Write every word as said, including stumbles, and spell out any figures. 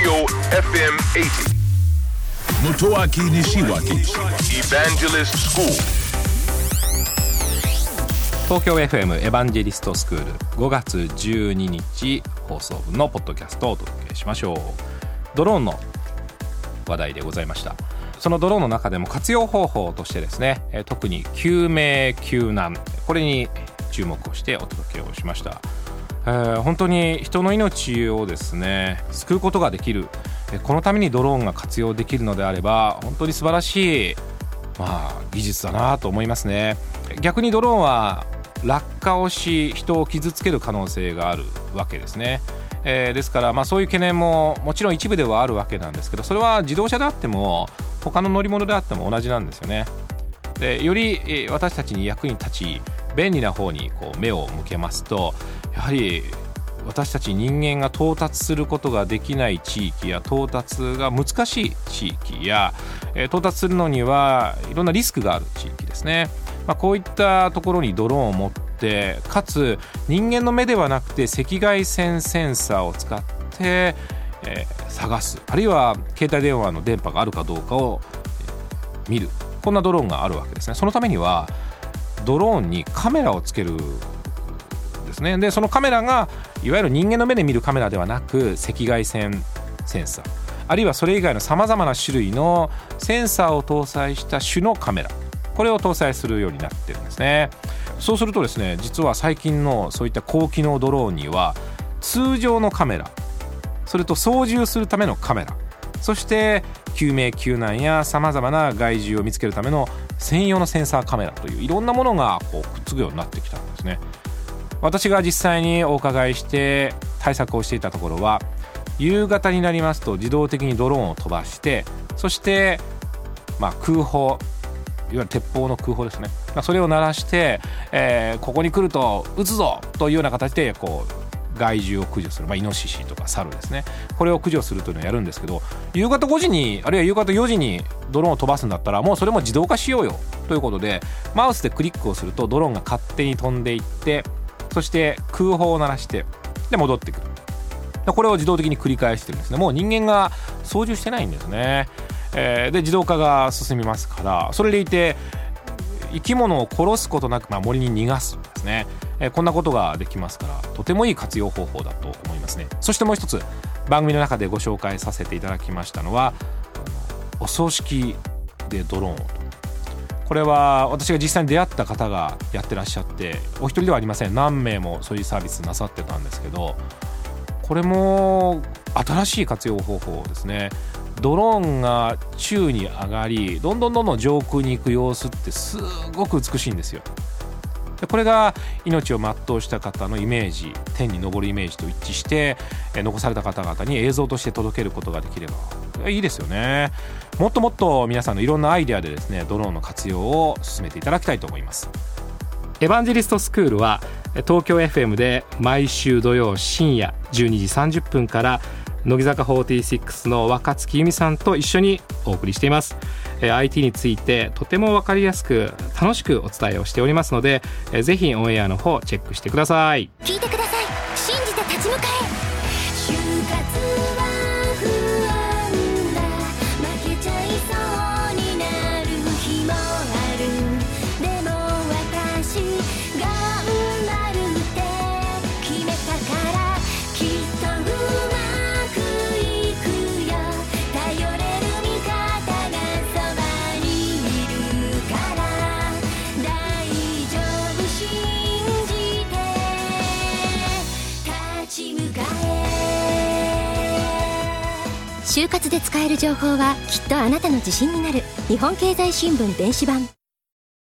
Radio エフエムはちじゅう Motoaki Nishiwaki Evangelist School 東京 エフエム エヴァンジェリストスクールごがつじゅうににち放送分のポッドキャストをお届けしましょう。ドローンの話題でございました。そのドローンの中でも活用方法としてですね、特に救命救難、これに注目をしてお届けをしました。えー、本当に人の命をですね救うことができる、このためにドローンが活用できるのであれば本当に素晴らしい、まあ、技術だなと思いますね。逆にドローンは落下をし人を傷つける可能性があるわけですね。えー、ですから、まあ、そういう懸念ももちろん一部ではあるわけなんですけど、それは自動車であっても他の乗り物であっても同じなんですよね。でより私たちに役に立ち便利な方にこう目を向けますと、やはり私たち人間が到達することができない地域や到達が難しい地域や、えー、到達するのにはいろんなリスクがある地域ですね。まあ、こういったところにドローンを持って、かつ人間の目ではなくて赤外線センサーを使って、えー、探す、あるいは携帯電話の電波があるかどうかを、えー、見る、こんなドローンがあるわけですね。そのためにはドローンにカメラをつけるですね。でそのカメラがいわゆる人間の目で見るカメラではなく赤外線センサー、あるいはそれ以外のさまざまな種類のセンサーを搭載した種のカメラ、これを搭載するようになってるんですね。そうするとですね、実は最近のそういった高機能ドローンには通常のカメラ、それと操縦するためのカメラ、そして救命救難やさまざまな害獣を見つけるための専用のセンサーカメラといういろんなものがこうくっつくようになってきたんですね。私が実際にお伺いして対策をしていたところは、夕方になりますと自動的にドローンを飛ばして、そして、まあ、空砲、いわゆる鉄砲の空砲ですね、まあ、それを鳴らして、えー、ここに来ると撃つぞというような形でこう害獣を駆除する、まあ、イノシシとか猿ですね、これを駆除するというのをやるんですけど、夕方ごじにあるいは夕方よじにドローンを飛ばすんだったらもうそれも自動化しようよということで、マウスでクリックをするとドローンが勝手に飛んでいって、そして空砲を鳴らしてで戻ってくる、これを自動的に繰り返してるんですね。もう人間が操縦してないんですね。えー、で自動化が進みますから、それでいて生き物を殺すことなく、まあ、森に逃がすんですね。えー、こんなことができますから、とてもいい活用方法だと思いますね。そしてもう一つ番組の中でご紹介させていただきましたのは、お葬式でドローンを、これは私が実際に出会った方がやってらっしゃって、お一人ではありません、何名もそういうサービスなさってたんですけど、これも新しい活用方法ですね。ドローンが宙に上がりどんどんどんどん上空に行く様子ってすごく美しいんですよ。でこれが命を全うした方のイメージ、天に昇るイメージと一致してえ残された方々に映像として届けることができればいいですよね。もっともっと皆さんのいろんなアイデアでですね、ドローンの活用を進めていただきたいと思います。エヴァンジェリストスクールは東京 エフエム で毎週土曜深夜じゅうにじさんじゅっぷんから乃木坂フォーティーシックスの若月由美さんと一緒にお送りしています。 アイティー についてとても分かりやすく楽しくお伝えをしておりますので、ぜひオンエアの方チェックしてください。 聞いてください。信じて立ち向かえ。就活は不安だ、負けちゃいそうになる日もある。でも私頑張るって決めたから、きっとうまくいくよ。頼れる味方がそばにいるから、大丈夫、信じて立ち向かえ。就活で使える情報はきっとあなたの自信になる。日本経済新聞電子版。